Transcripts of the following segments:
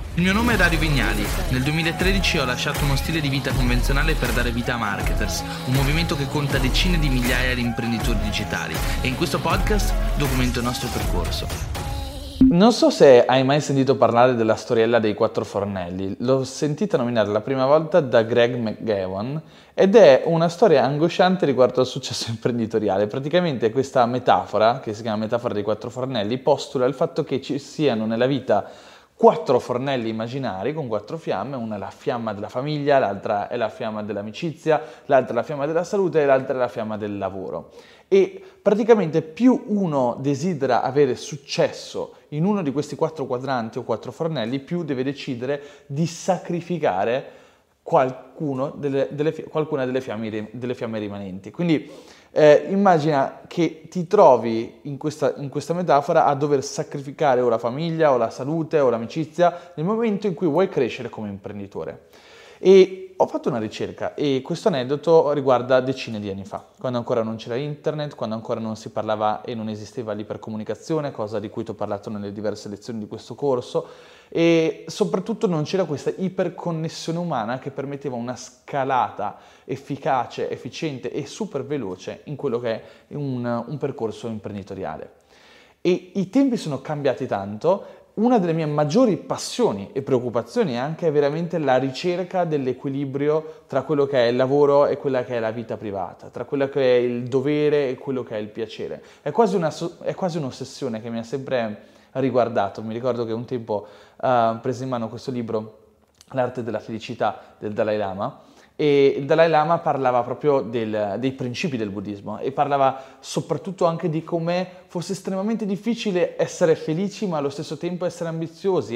Il mio nome è Dario Vignali. Nel 2013 ho lasciato uno stile di vita convenzionale per dare vita a Marketers, un movimento che conta decine di migliaia di imprenditori digitali, e in questo podcast documento il nostro percorso. Non so se hai mai sentito parlare della storiella dei quattro fornelli. L'ho sentita nominare la prima volta da Greg McGeown ed è una storia angosciante riguardo al successo imprenditoriale. Praticamente questa metafora, che si chiama metafora dei quattro fornelli, postula il fatto che ci siano nella vita quattro fornelli immaginari con quattro fiamme: una è la fiamma della famiglia, l'altra è la fiamma dell'amicizia, l'altra è la fiamma della salute e l'altra è la fiamma del lavoro. E praticamente più uno desidera avere successo in uno di questi quattro quadranti o quattro fornelli, più deve decidere di sacrificare qualcuna delle fiamme rimanenti. Quindi immagina che ti trovi in questa metafora a dover sacrificare o la famiglia o la salute o l'amicizia nel momento in cui vuoi crescere come imprenditore. E ho fatto una ricerca e questo aneddoto riguarda decine di anni fa, quando ancora non c'era internet, quando ancora non si parlava e non esisteva l'ipercomunicazione, cosa di cui ti ho parlato nelle diverse lezioni di questo corso, e soprattutto non c'era questa iperconnessione umana che permetteva una scalata efficace, efficiente e super veloce in quello che è un percorso imprenditoriale. E i tempi sono cambiati tanto. Una delle mie maggiori passioni e preoccupazioni anche è veramente la ricerca dell'equilibrio tra quello che è il lavoro e quella che è la vita privata, tra quello che è il dovere e quello che è il piacere. È quasi un'ossessione che mi ha sempre riguardato. Mi ricordo che un tempo presi in mano questo libro, L'arte della felicità, del Dalai Lama, e il Dalai Lama parlava proprio dei principi del buddismo e parlava soprattutto anche di come fosse estremamente difficile essere felici ma allo stesso tempo essere ambiziosi,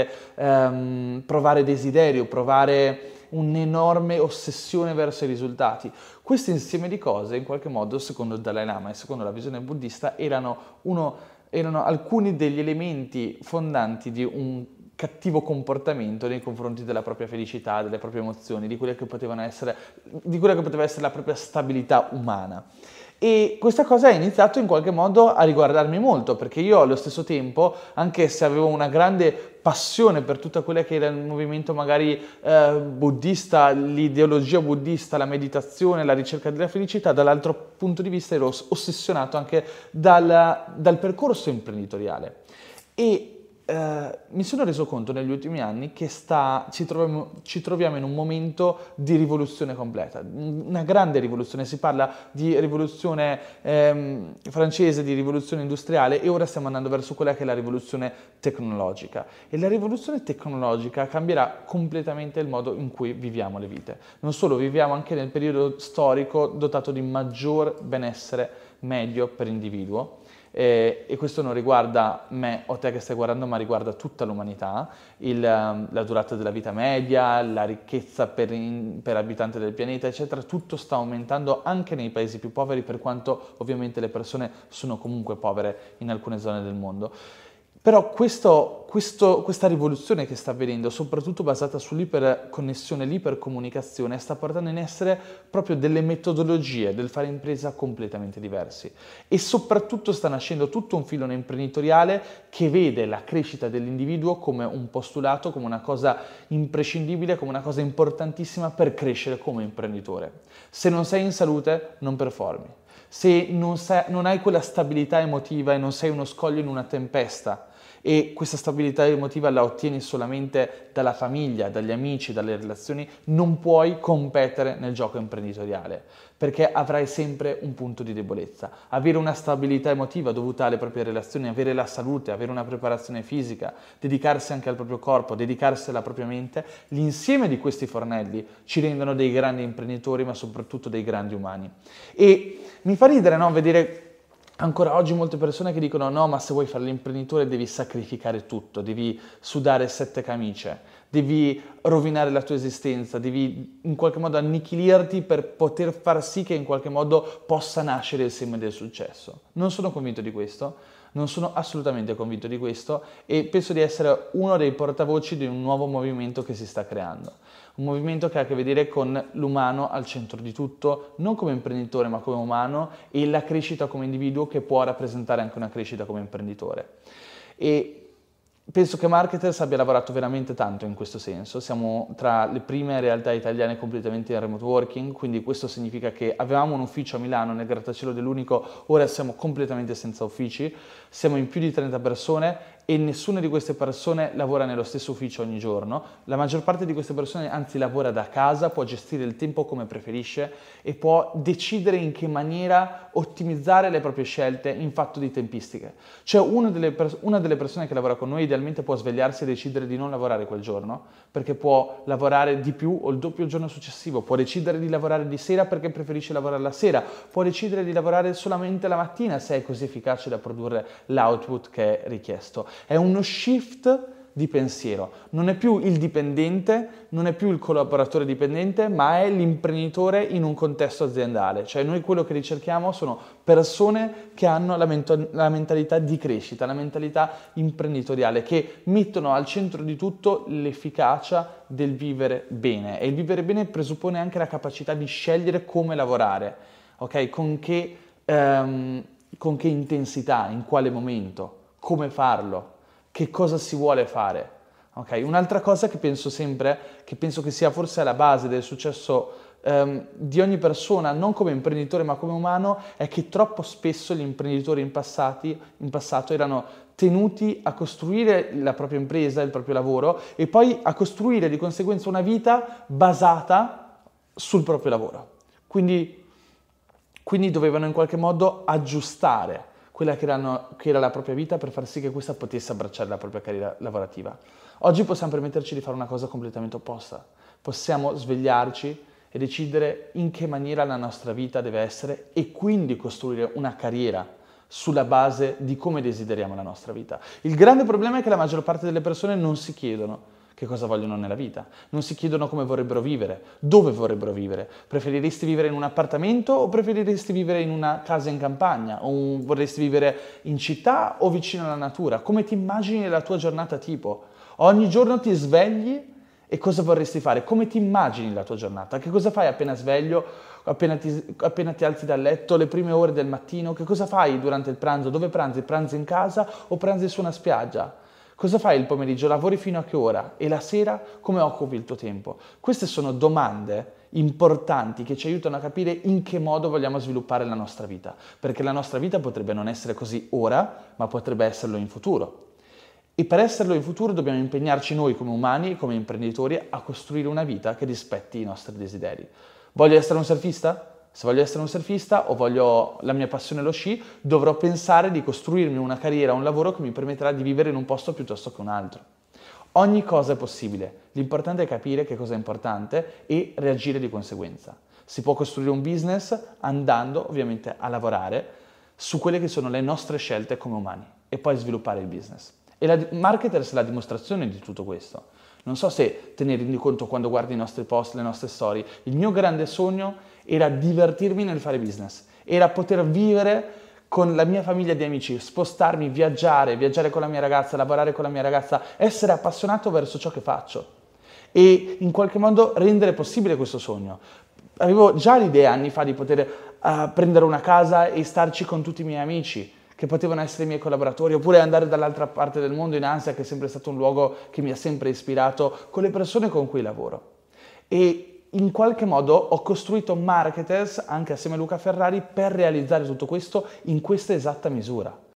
provare desiderio, provare un'enorme ossessione verso i risultati. Questo insieme di cose, in qualche modo, secondo il Dalai Lama e secondo la visione buddista, erano alcuni degli elementi fondanti di un cattivo comportamento nei confronti della propria felicità, delle proprie emozioni, di quella che poteva essere la propria stabilità umana. E questa cosa ha iniziato in qualche modo a riguardarmi molto, perché io allo stesso tempo, anche se avevo una grande passione per tutta quella che era il movimento magari buddista, l'ideologia buddista, la meditazione, la ricerca della felicità, dall'altro punto di vista ero ossessionato anche dal percorso imprenditoriale. E mi sono reso conto negli ultimi anni che ci troviamo in un momento di rivoluzione completa, una grande rivoluzione. Si parla di rivoluzione francese, di rivoluzione industriale, e ora stiamo andando verso quella che è la rivoluzione tecnologica. E la rivoluzione tecnologica cambierà completamente il modo in cui viviamo le vite. Non solo, viviamo anche nel periodo storico dotato di maggior benessere medio per individuo. E questo non riguarda me o te che stai guardando, ma riguarda tutta l'umanità. La durata della vita media, la ricchezza per abitante del pianeta, eccetera, tutto sta aumentando anche nei paesi più poveri, per quanto ovviamente le persone sono comunque povere in alcune zone del mondo. Però questa rivoluzione che sta avvenendo, soprattutto basata sull'iperconnessione, l'ipercomunicazione, sta portando in essere proprio delle metodologie del fare impresa completamente diversi. E soprattutto sta nascendo tutto un filone imprenditoriale che vede la crescita dell'individuo come un postulato, come una cosa imprescindibile, come una cosa importantissima per crescere come imprenditore. Se non sei in salute, non performi. Se non hai quella stabilità emotiva e non sei uno scoglio in una tempesta, e questa stabilità emotiva la ottieni solamente dalla famiglia, dagli amici, dalle relazioni, non puoi competere nel gioco imprenditoriale, perché avrai sempre un punto di debolezza. Avere una stabilità emotiva dovuta alle proprie relazioni, avere la salute, avere una preparazione fisica, dedicarsi anche al proprio corpo, dedicarsi alla propria mente, l'insieme di questi fornelli ci rendono dei grandi imprenditori, ma soprattutto dei grandi umani. E mi fa ridere, no, vedere ancora oggi molte persone che dicono: no, ma se vuoi fare l'imprenditore devi sacrificare tutto, devi sudare 7 camicie, devi rovinare la tua esistenza, devi in qualche modo annichilirti per poter far sì che in qualche modo possa nascere il seme del successo. Non sono convinto di questo, non sono assolutamente convinto di questo, e penso di essere uno dei portavoci di un nuovo movimento che si sta creando. Un movimento che ha a che vedere con l'umano al centro di tutto, non come imprenditore ma come umano, e la crescita come individuo che può rappresentare anche una crescita come imprenditore. E Penso che Marketers abbia lavorato veramente tanto in questo senso, siamo tra le prime realtà italiane completamente in remote working, quindi questo significa che avevamo un ufficio a Milano nel grattacielo dell'Unico, ora siamo completamente senza uffici, siamo in più di 30 persone e nessuna di queste persone lavora nello stesso ufficio ogni giorno, la maggior parte di queste persone anzi lavora da casa, può gestire il tempo come preferisce e può decidere in che maniera ottimizzare le proprie scelte in fatto di tempistiche. Cioè una delle persone che lavora con noi idealmente può svegliarsi e decidere di non lavorare quel giorno perché può lavorare di più o il doppio il giorno successivo, può decidere di lavorare di sera perché preferisce lavorare la sera, può decidere di lavorare solamente la mattina se è così efficace da produrre l'output che è richiesto. È uno shift di pensiero, non è più il dipendente, non è più il collaboratore dipendente, ma è l'imprenditore in un contesto aziendale. Cioè noi quello che ricerchiamo sono persone che hanno la mentalità di crescita, la mentalità imprenditoriale, che mettono al centro di tutto l'efficacia del vivere bene. E il vivere bene presuppone anche la capacità di scegliere come lavorare, ok? Con che intensità, in quale momento, come farlo, che cosa si vuole fare. Okay? Un'altra cosa che penso sempre, che penso che sia forse alla base del successo di ogni persona, non come imprenditore ma come umano, è che troppo spesso gli imprenditori in passato erano tenuti a costruire la propria impresa, il proprio lavoro e poi a costruire di conseguenza una vita basata sul proprio lavoro. Quindi dovevano in qualche modo aggiustare quella che era la propria vita per far sì che questa potesse abbracciare la propria carriera lavorativa. Oggi possiamo permetterci di fare una cosa completamente opposta. Possiamo svegliarci e decidere in che maniera la nostra vita deve essere e quindi costruire una carriera sulla base di come desideriamo la nostra vita. Il grande problema è che la maggior parte delle persone non si chiedono che cosa vogliono nella vita, non si chiedono come vorrebbero vivere, dove vorrebbero vivere. Preferiresti vivere in un appartamento o preferiresti vivere in una casa in campagna? O vorresti vivere in città o vicino alla natura? Come ti immagini la tua giornata tipo? Ogni giorno ti svegli e cosa vorresti fare? Come ti immagini la tua giornata? Che cosa fai appena sveglio, appena ti alzi dal letto, le prime ore del mattino? Che cosa fai durante il pranzo? Dove pranzi? Pranzi in casa o pranzi su una spiaggia? Cosa fai il pomeriggio? Lavori fino a che ora? E la sera come occupi il tuo tempo? Queste sono domande importanti che ci aiutano a capire in che modo vogliamo sviluppare la nostra vita, perché la nostra vita potrebbe non essere così ora, ma potrebbe esserlo in futuro. E per esserlo in futuro dobbiamo impegnarci noi come umani e come imprenditori a costruire una vita che rispetti i nostri desideri. Voglio essere un surfista? Se voglio essere un surfista o voglio la mia passione è lo sci, dovrò pensare di costruirmi una carriera, un lavoro che mi permetterà di vivere in un posto piuttosto che un altro. Ogni cosa è possibile, l'importante è capire che cosa è importante e reagire di conseguenza. Si può costruire un business andando ovviamente a lavorare su quelle che sono le nostre scelte come umani e poi sviluppare il business. E la Marketers è la dimostrazione di tutto questo. Non so se te ne rendi conto quando guardi i nostri post, le nostre storie. Il mio grande sogno era divertirmi nel fare business, era poter vivere con la mia famiglia di amici, spostarmi, viaggiare con la mia ragazza, lavorare con la mia ragazza, essere appassionato verso ciò che faccio e in qualche modo rendere possibile questo sogno. Avevo già l'idea anni fa di poter prendere una casa e starci con tutti i miei amici, che potevano essere i miei collaboratori, oppure andare dall'altra parte del mondo in Asia, che è sempre stato un luogo che mi ha sempre ispirato, con le persone con cui lavoro. E in qualche modo ho costruito Marketers, anche assieme a Luca Ferrari, per realizzare tutto questo in questa esatta misura.